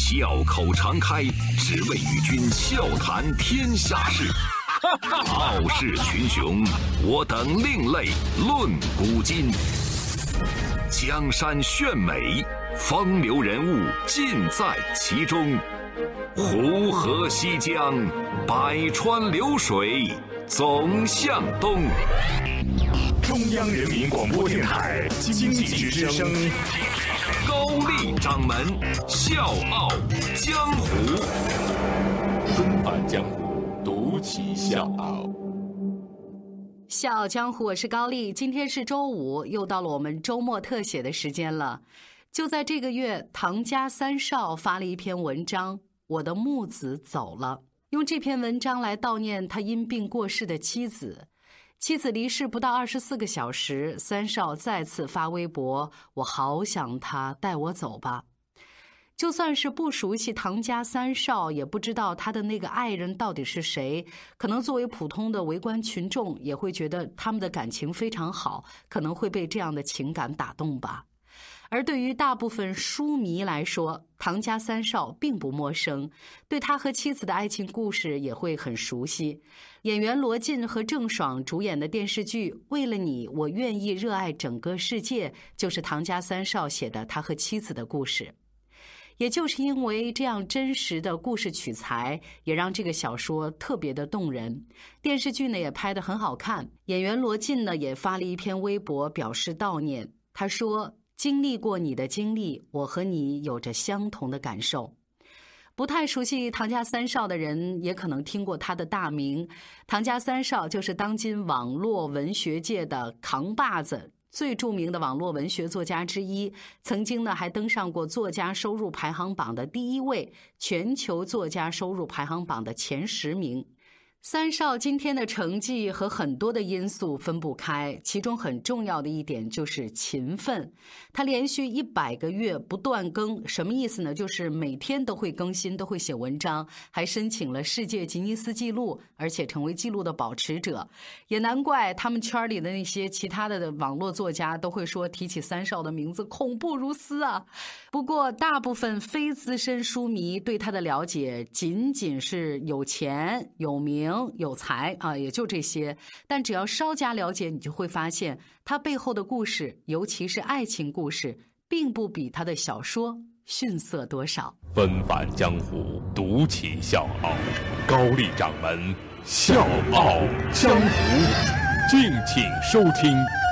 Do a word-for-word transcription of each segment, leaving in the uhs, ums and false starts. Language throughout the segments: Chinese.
笑口常开，只为与君笑谈天下事。傲视群雄，我等另类论古今。江山炫美，风流人物尽在其中。湖河西江，百川流水总向东。 中央人民广播电台经济之声， 高丽掌门笑傲江湖， 重返江湖，独骑笑傲。 笑傲江湖，我是高丽。今天是周五，又到了我们周末特写的时间了。就在这个月，唐家三少发了一篇文章，我的木子走了，用这篇文章来悼念他因病过世的妻子。妻子离世不到二十四个小时，三少再次发微博，我好想他，带我走吧。就算是不熟悉唐家三少，也不知道他的那个爱人到底是谁，可能作为普通的围观群众，也会觉得他们的感情非常好，可能会被这样的情感打动吧。而对于大部分书迷来说，唐家三少并不陌生，对他和妻子的爱情故事也会很熟悉。演员罗晋和郑爽主演的电视剧《为了你，我愿意热爱整个世界》，就是唐家三少写的他和妻子的故事。也就是因为这样真实的故事取材，也让这个小说特别的动人。电视剧呢也拍得很好看，演员罗晋呢也发了一篇微博表示悼念。他说，经历过你的经历，我和你有着相同的感受。不太熟悉唐家三少的人也可能听过他的大名，唐家三少就是当今网络文学界的扛把子，最著名的网络文学作家之一，曾经呢还登上过作家收入排行榜的第一位，全球作家收入排行榜的前十名。三少今天的成绩和很多的因素分不开，其中很重要的一点就是勤奋。他连续一百个月不断更，什么意思呢？就是每天都会更新，都会写文章，还申请了世界吉尼斯纪录，而且成为纪录的保持者。也难怪他们圈里的那些其他的网络作家都会说，提起三少的名字恐怖如斯啊。不过大部分非资深书迷对他的了解仅仅是有钱有名有才啊，也就这些。但只要稍加了解，你就会发现他背后的故事，尤其是爱情故事，并不比他的小说逊色多少。 纷返江湖，独骑笑傲，高丽掌门笑傲江湖，敬请收听。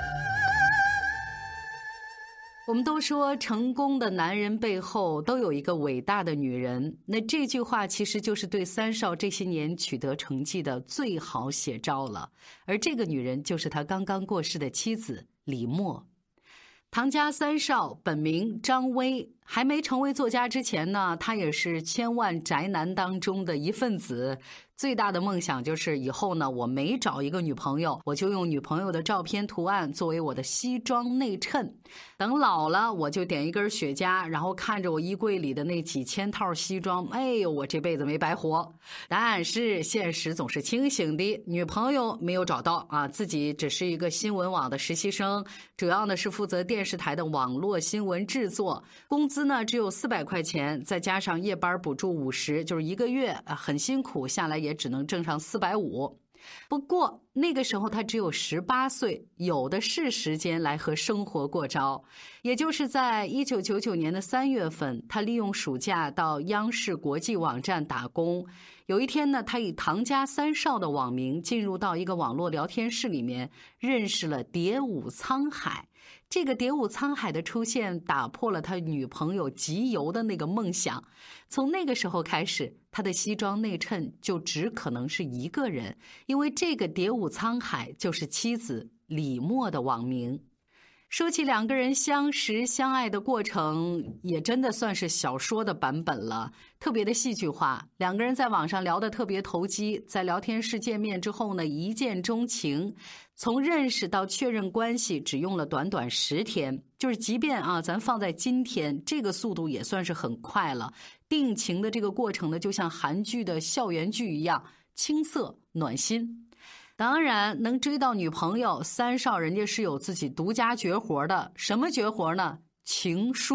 我们都说成功的男人背后都有一个伟大的女人，那这句话其实就是对三少这些年取得成绩的最好写照了。而这个女人就是他刚刚过世的妻子李默。唐家三少本名张威，还没成为作家之前呢，他也是千万宅男当中的一份子。最大的梦想就是以后呢，我没找一个女朋友，我就用女朋友的照片图案作为我的西装内衬。等老了，我就点一根雪茄，然后看着我衣柜里的那几千套西装，哎呦，我这辈子没白活。但是现实总是清醒的，女朋友没有找到啊，自己只是一个新闻网的实习生，主要呢是负责电视台的网络新闻制作，工资呢只有四百块钱，再加上夜班补助五十，就是一个月啊很辛苦，下来也只能挣上四百五。不过那个时候他只有十八岁，有的是时间来和生活过招。也就是在一九九九年的三月份，他利用暑假到央视国际网站打工。有一天呢，他以唐家三少的网名进入到一个网络聊天室里面，认识了蝶舞沧海。这个蝶舞沧海的出现打破了他女朋友集邮的那个梦想。从那个时候开始，他的西装内衬就只可能是一个人，因为这个蝶舞沧海就是妻子李默的网名。说起两个人相识相爱的过程，也真的算是小说的版本了，特别的戏剧化。两个人在网上聊得特别投机，在聊天室见面之后呢，一见钟情，从认识到确认关系只用了短短十天。就是即便啊，咱放在今天，这个速度也算是很快了。定情的这个过程呢，就像韩剧的校园剧一样，青涩暖心。当然能追到女朋友，三少人家是有自己独家绝活的。什么绝活呢？情书。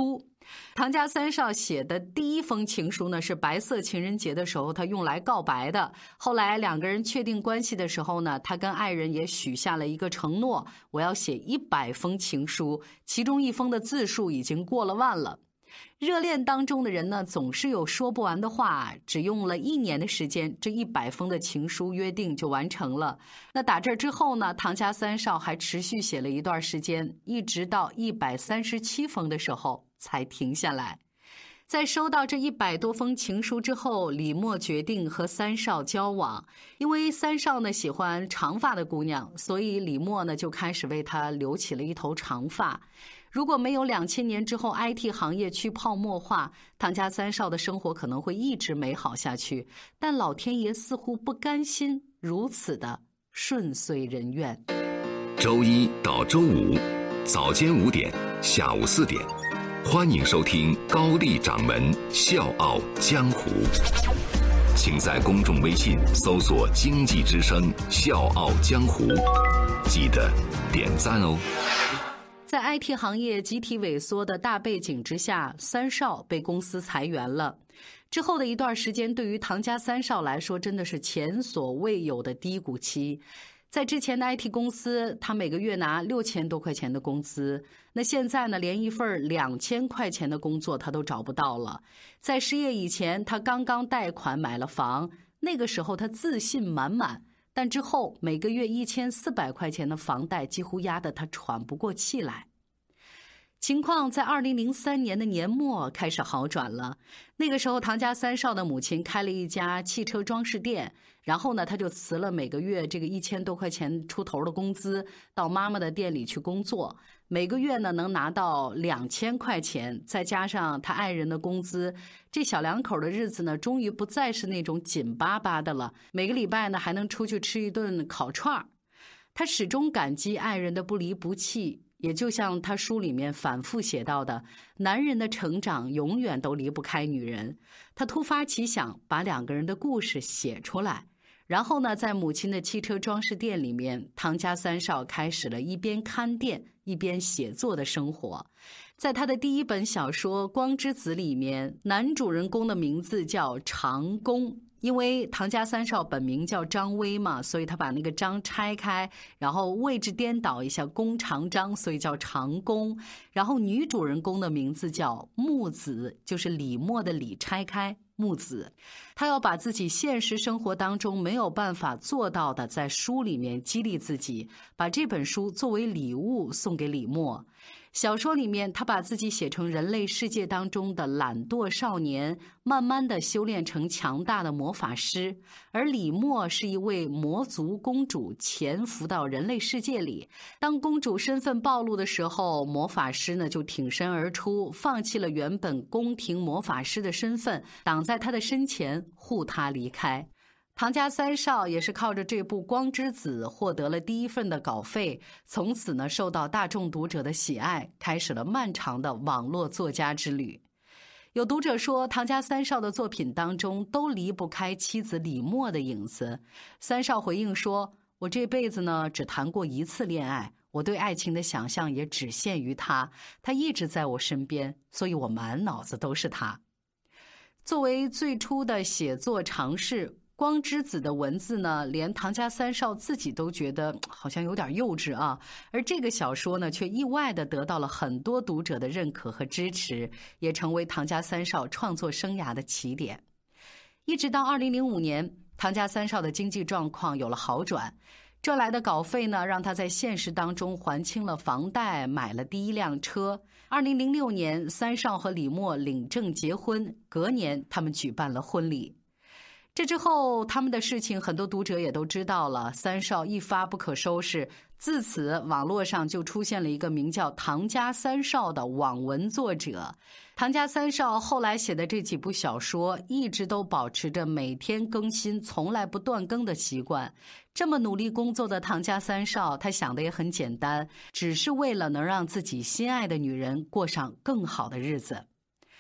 唐家三少写的第一封情书呢，是白色情人节的时候他用来告白的。后来两个人确定关系的时候呢，他跟爱人也许下了一个承诺，我要写一百封情书，其中一封的字数已经过了万了。热恋当中的人呢，总是有说不完的话，只用了一年的时间，这一百封的情书约定就完成了。那打这之后呢，唐家三少还持续写了一段时间，一直到一百三十七封的时候才停下来。在收到这一百多封情书之后，李默决定和三少交往。因为三少呢喜欢长发的姑娘，所以李默呢就开始为她留起了一头长发。如果没有两千年之后 I T 行业去泡沫化，唐家三少的生活可能会一直美好下去。但老天爷似乎不甘心如此的顺遂人愿。 周一到周五早间五点，下午四点，欢迎收听高丽掌门笑傲江湖。请在公众微信搜索经济之声笑傲江湖，记得点赞哦。 在 I T 行业集体萎缩的大背景之下，三少被公司裁员了。之后的一段时间，对于唐家三少来说，真的是前所未有的低谷期。在之前的 I T 公司，他每个月拿六千多块钱的工资，那现在呢，连一份两千块钱的工作他都找不到了。在失业以前，他刚刚贷款买了房，那个时候他自信满满。但之后每个月一千四百块钱的房贷几乎压得他喘不过气来。情况在二零零三年的年末开始好转了。那个时候唐家三少的母亲开了一家汽车装饰店，然后呢他就辞了每个月这个一千多块钱出头的工资，到妈妈的店里去工作，每个月呢能拿到两千块钱，再加上他爱人的工资，这小两口的日子呢终于不再是那种紧巴巴的了，每个礼拜呢还能出去吃一顿烤串儿。他始终感激爱人的不离不弃，也就像他书里面反复写到的，男人的成长永远都离不开女人。他突发奇想，把两个人的故事写出来。然后呢，在母亲的汽车装饰店里面，唐家三少开始了一边看店一边写作的生活。在他的第一本小说《光之子》里面，男主人公的名字叫长工。因为唐家三少本名叫张威嘛，所以他把那个张拆开，然后位置颠倒一下，弓长张，所以叫长弓。然后女主人公的名字叫木子，就是李默的李拆开木子。他要把自己现实生活当中没有办法做到的，在书里面激励自己，把这本书作为礼物送给李默。小说里面，他把自己写成人类世界当中的懒惰少年，慢慢的修炼成强大的魔法师。而李默是一位魔族公主，潜伏到人类世界里。当公主身份暴露的时候，魔法师呢就挺身而出，放弃了原本宫廷魔法师的身份，挡在她的身前，护她离开。唐家三少也是靠着这部《光之子》获得了第一份的稿费，从此呢受到大众读者的喜爱，开始了漫长的网络作家之旅。有读者说，唐家三少的作品当中都离不开妻子李默的影子。三少回应说，我这辈子呢只谈过一次恋爱，我对爱情的想象也只限于他，他一直在我身边，所以我满脑子都是他。作为最初的写作尝试，光之子的文字呢，连唐家三少自己都觉得好像有点幼稚啊。而这个小说呢，却意外地得到了很多读者的认可和支持，也成为唐家三少创作生涯的起点。一直到二零零五年，唐家三少的经济状况有了好转，赚来的稿费呢，让他在现实当中还清了房贷，买了第一辆车。二零零六年，三少和李默领证结婚，隔年他们举办了婚礼。这之后，他们的事情很多读者也都知道了，三少一发不可收拾，自此网络上就出现了一个名叫唐家三少的网文作者。唐家三少后来写的这几部小说，一直都保持着每天更新、从来不断更的习惯。这么努力工作的唐家三少，他想的也很简单，只是为了能让自己心爱的女人过上更好的日子。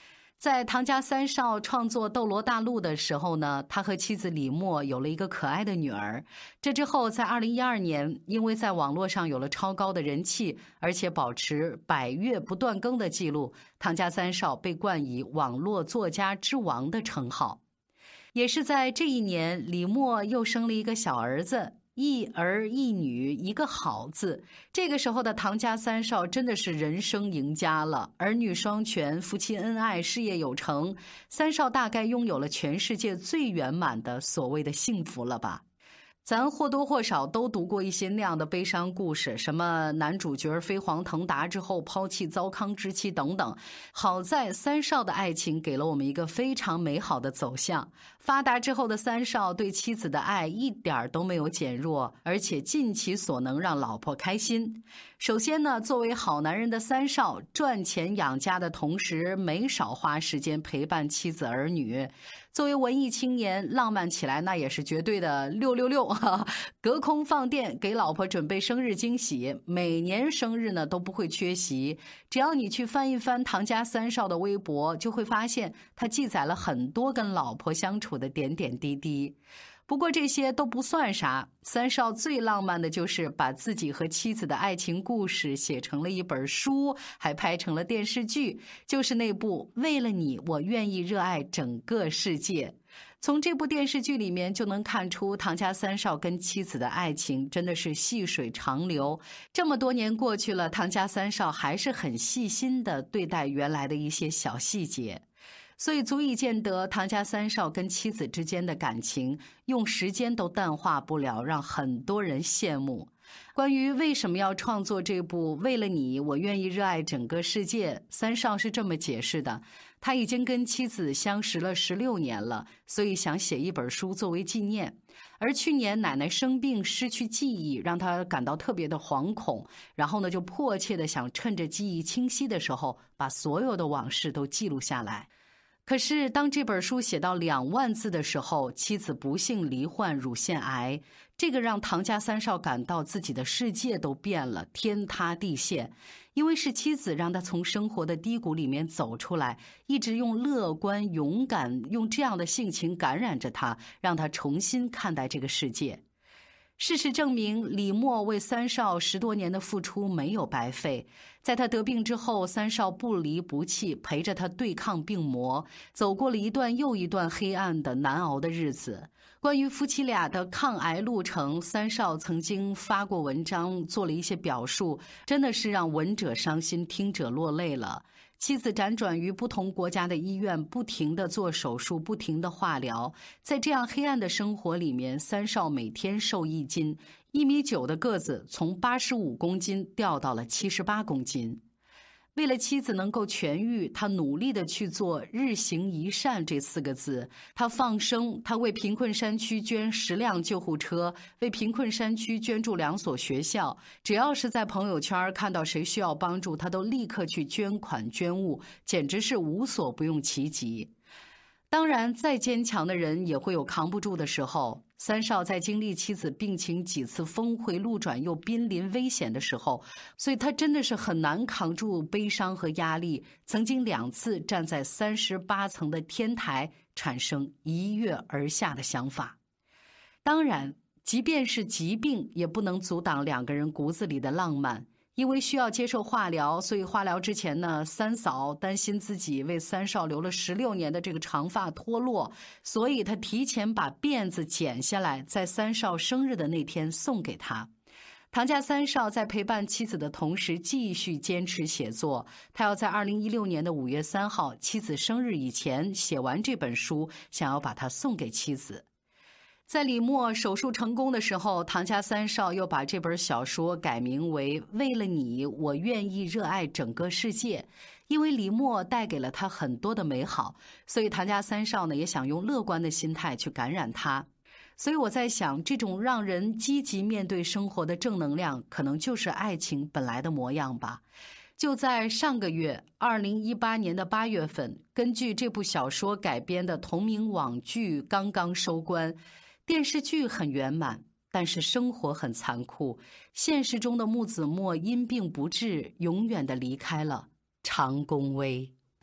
在唐家三少创作《斗罗大陆》的时候呢，他和妻子李默有了一个可爱的女儿。这之后，在二零一二年，因为在网络上有了超高的人气，而且保持百月不断更的记录，唐家三少被冠以网络作家之王的称号。也是在这一年，李默又生了一个小儿子，一儿一女，一个好字。这个时候的唐家三少真的是人生赢家了，儿女双全，夫妻恩爱，事业有成，三少大概拥有了全世界最圆满的所谓的幸福了吧。咱或多或少都读过一些那样的悲伤故事，什么男主角飞黄腾达之后抛弃糟糠之妻等等。好在三少的爱情给了我们一个非常美好的走向。发达之后的三少对妻子的爱一点都没有减弱，而且尽其所能让老婆开心。首先呢，作为好男人的三少，赚钱养家的同时，没少花时间陪伴妻子儿女。作为文艺青年，浪漫起来那也是绝对的六六六哈！隔空放电，给老婆准备生日惊喜，每年生日呢都不会缺席。只要你去翻一翻唐家三少的微博，就会发现他记载了很多跟老婆相处的点点滴滴。不过这些都不算啥，三少最浪漫的就是把自己和妻子的爱情故事写成了一本书，还拍成了电视剧，就是那部《为了你，我愿意热爱整个世界》。从这部电视剧里面就能看出，唐家三少跟妻子的爱情真的是细水长流。这么多年过去了，唐家三少还是很细心地对待原来的一些小细节。所以足以见得唐家三少跟妻子之间的感情用时间都淡化不了，让很多人羡慕。关于为什么要创作这部《为了你，我愿意热爱整个世界》，三少是这么解释的：他已经跟妻子相识了十六年了，所以想写一本书作为纪念。而去年奶奶生病失去记忆，让他感到特别的惶恐，然后呢就迫切的想趁着记忆清晰的时候，把所有的往事都记录下来。可是当这本书写到两万字的时候，妻子不幸罹患乳腺癌，这个让唐家三少感到自己的世界都变了，天塌地陷。因为是妻子让他从生活的低谷里面走出来，一直用乐观勇敢，用这样的性情感染着他，让他重新看待这个世界。事实证明，李默为三少十多年的付出没有白费。在他得病之后，三少不离不弃，陪着他对抗病魔，走过了一段又一段黑暗的难熬的日子。关于夫妻俩的抗癌路程，三少曾经发过文章，做了一些表述，真的是让闻者伤心，听者落泪了。妻子辗转于不同国家的医院，不停地做手术，不停地化疗。在这样黑暗的生活里面，三少每天瘦一斤，一米九的个子从八十五公斤掉到了七十八公斤。为了妻子能够痊愈，他努力地去做日行一善这四个字。他放生，他为贫困山区捐十辆救护车，为贫困山区捐助两所学校。只要是在朋友圈看到谁需要帮助，他都立刻去捐款捐物，简直是无所不用其极。当然，再坚强的人也会有扛不住的时候。三少在经历妻子病情几次峰回路转又濒临危险的时候，所以他真的是很难扛住悲伤和压力，曾经两次站在三十八层的天台，产生一跃而下的想法。当然，即便是疾病，也不能阻挡两个人骨子里的浪漫。因为需要接受化疗，所以化疗之前呢，三嫂担心自己为三少留了十六年的这个长发脱落，所以她提前把辫子剪下来，在三少生日的那天送给他。唐家三少在陪伴妻子的同时，继续坚持写作。他要在二零一六年的五月三号，妻子生日以前写完这本书，想要把它送给妻子。在李默手术成功的时候，唐家三少又把这本小说改名为《为了你，我愿意热爱整个世界》。因为李默带给了他很多的美好，所以唐家三少呢也想用乐观的心态去感染他。所以我在想，这种让人积极面对生活的正能量，可能就是爱情本来的模样吧。就在上个月，二零一八年的八月份，根据这部小说改编的同名网剧刚刚收官。电视剧很圆满，但是生活很残酷。现实中的木子墨因病不治，永远地离开了长工威。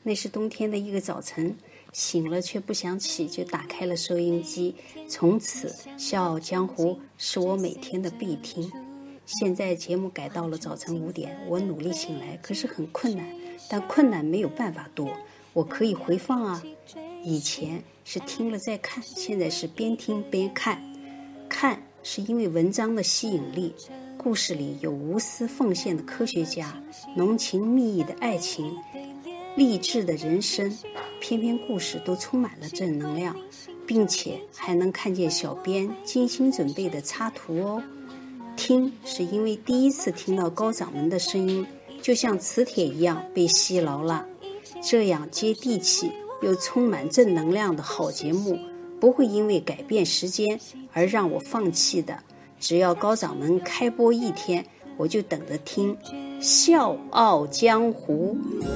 那是冬天的一个早晨，醒了却不想起，就打开了收音机。从此《笑傲江湖》是我每天的必听。现在节目改到了早晨五点，我努力醒来，可是很困难，但困难没有办法多，我可以回放啊。以前是听了再看，现在是边听边看。看是因为文章的吸引力，故事里有无私奉献的科学家，浓情蜜意的爱情，励志的人生，篇篇故事都充满了正能量，并且还能看见小编精心准备的插图哦。听是因为第一次听到高掌门的声音，就像磁铁一样被吸牢了。这样接地气又充满正能量的好节目，不会因为改变时间而让我放弃的。只要高掌门开播一天，我就等着听《笑傲江湖》。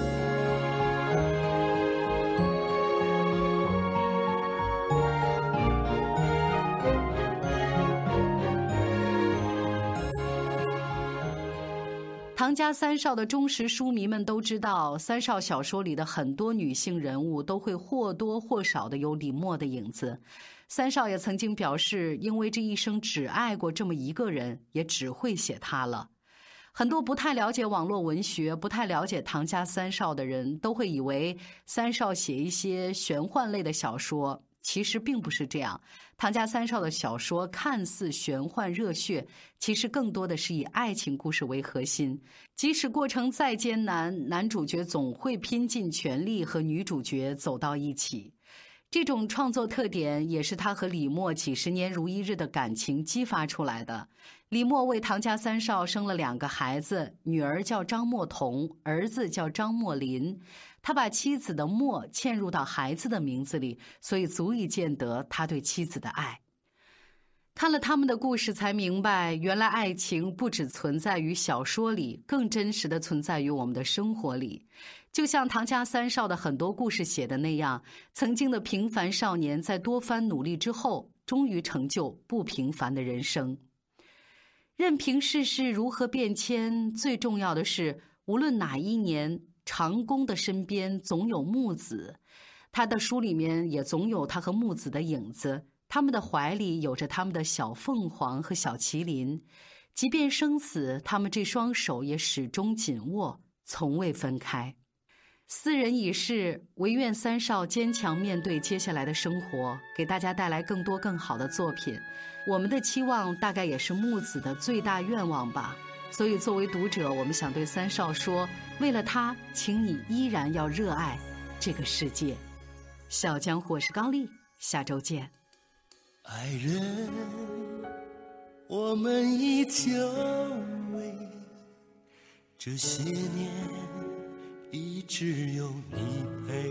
唐家三少的忠实书迷们都知道，三少小说里的很多女性人物都会或多或少的有李默的影子。三少也曾经表示，因为这一生只爱过这么一个人，也只会写他了。很多不太了解网络文学、不太了解唐家三少的人，都会以为三少写一些玄幻类的小说，其实并不是这样。唐家三少的小说看似玄幻热血，其实更多的是以爱情故事为核心。即使过程再艰难，男主角总会拼尽全力和女主角走到一起。这种创作特点也是他和李默几十年如一日的感情激发出来的。李默为唐家三少生了两个孩子，女儿叫张默彤，儿子叫张默林。他把妻子的默嵌入到孩子的名字里，所以足以见得他对妻子的爱。看了他们的故事才明白，原来爱情不只存在于小说里，更真实的存在于我们的生活里。就像唐家三少的很多故事写的那样，曾经的平凡少年在多番努力之后，终于成就不平凡的人生。任凭世事如何变迁，最重要的是，无论哪一年，长工的身边总有木子，他的书里面也总有他和木子的影子，他们的怀里有着他们的小凤凰和小麒麟，即便生死，他们这双手也始终紧握，从未分开。斯人已逝，唯愿三少坚强面对接下来的生活，给大家带来更多更好的作品。我们的期望大概也是木子的最大愿望吧。所以作为读者，我们想对三少说，为了他，请你依然要热爱这个世界。小江湖，我是高丽，下周见。 爱人，我们已久违，这些年一直有你陪，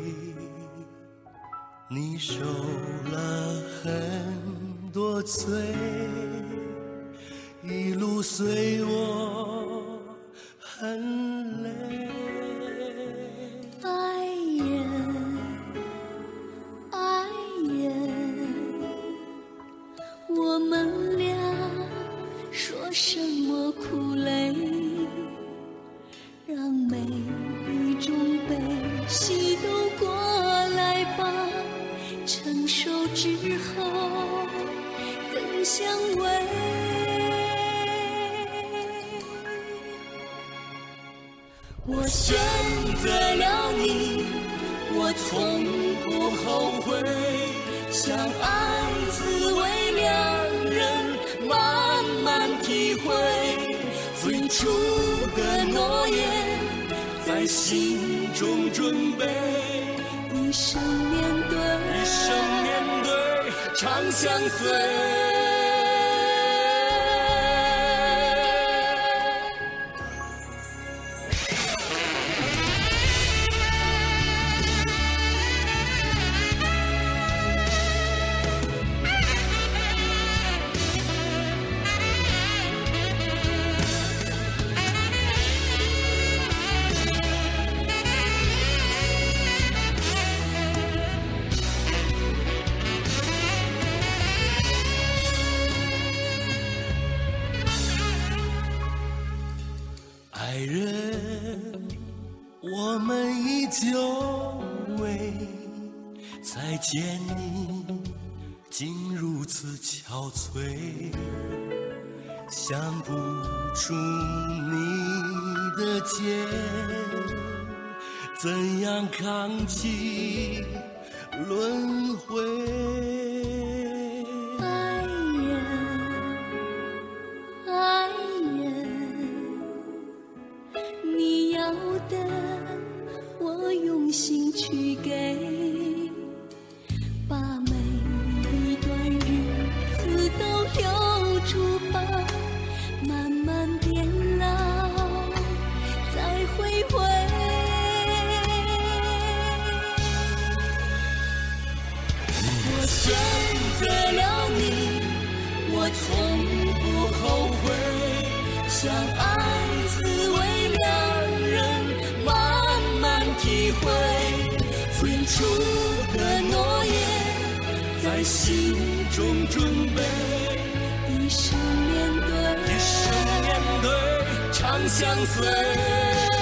你受了很多罪，一路随我很累。 爱人，爱人，我们俩说什么苦累，让每一种悲喜都过来吧，承受之后更相偎。我选择了你，我从不后悔，相爱滋味两人慢慢体会，最初的诺言在心中准备，一生面对， 一生面对，长相随。 再见你竟如此憔悴，想不出你的肩，怎样扛起轮回？ 爱人，爱人，你要的我用心去给，把每一段日子都留住吧，慢慢变老，再回味。我选择了你，我从不后悔，相爱滋味两人慢慢体会，最初的诺言在心中准备，一生面对， 一生面对，长相随。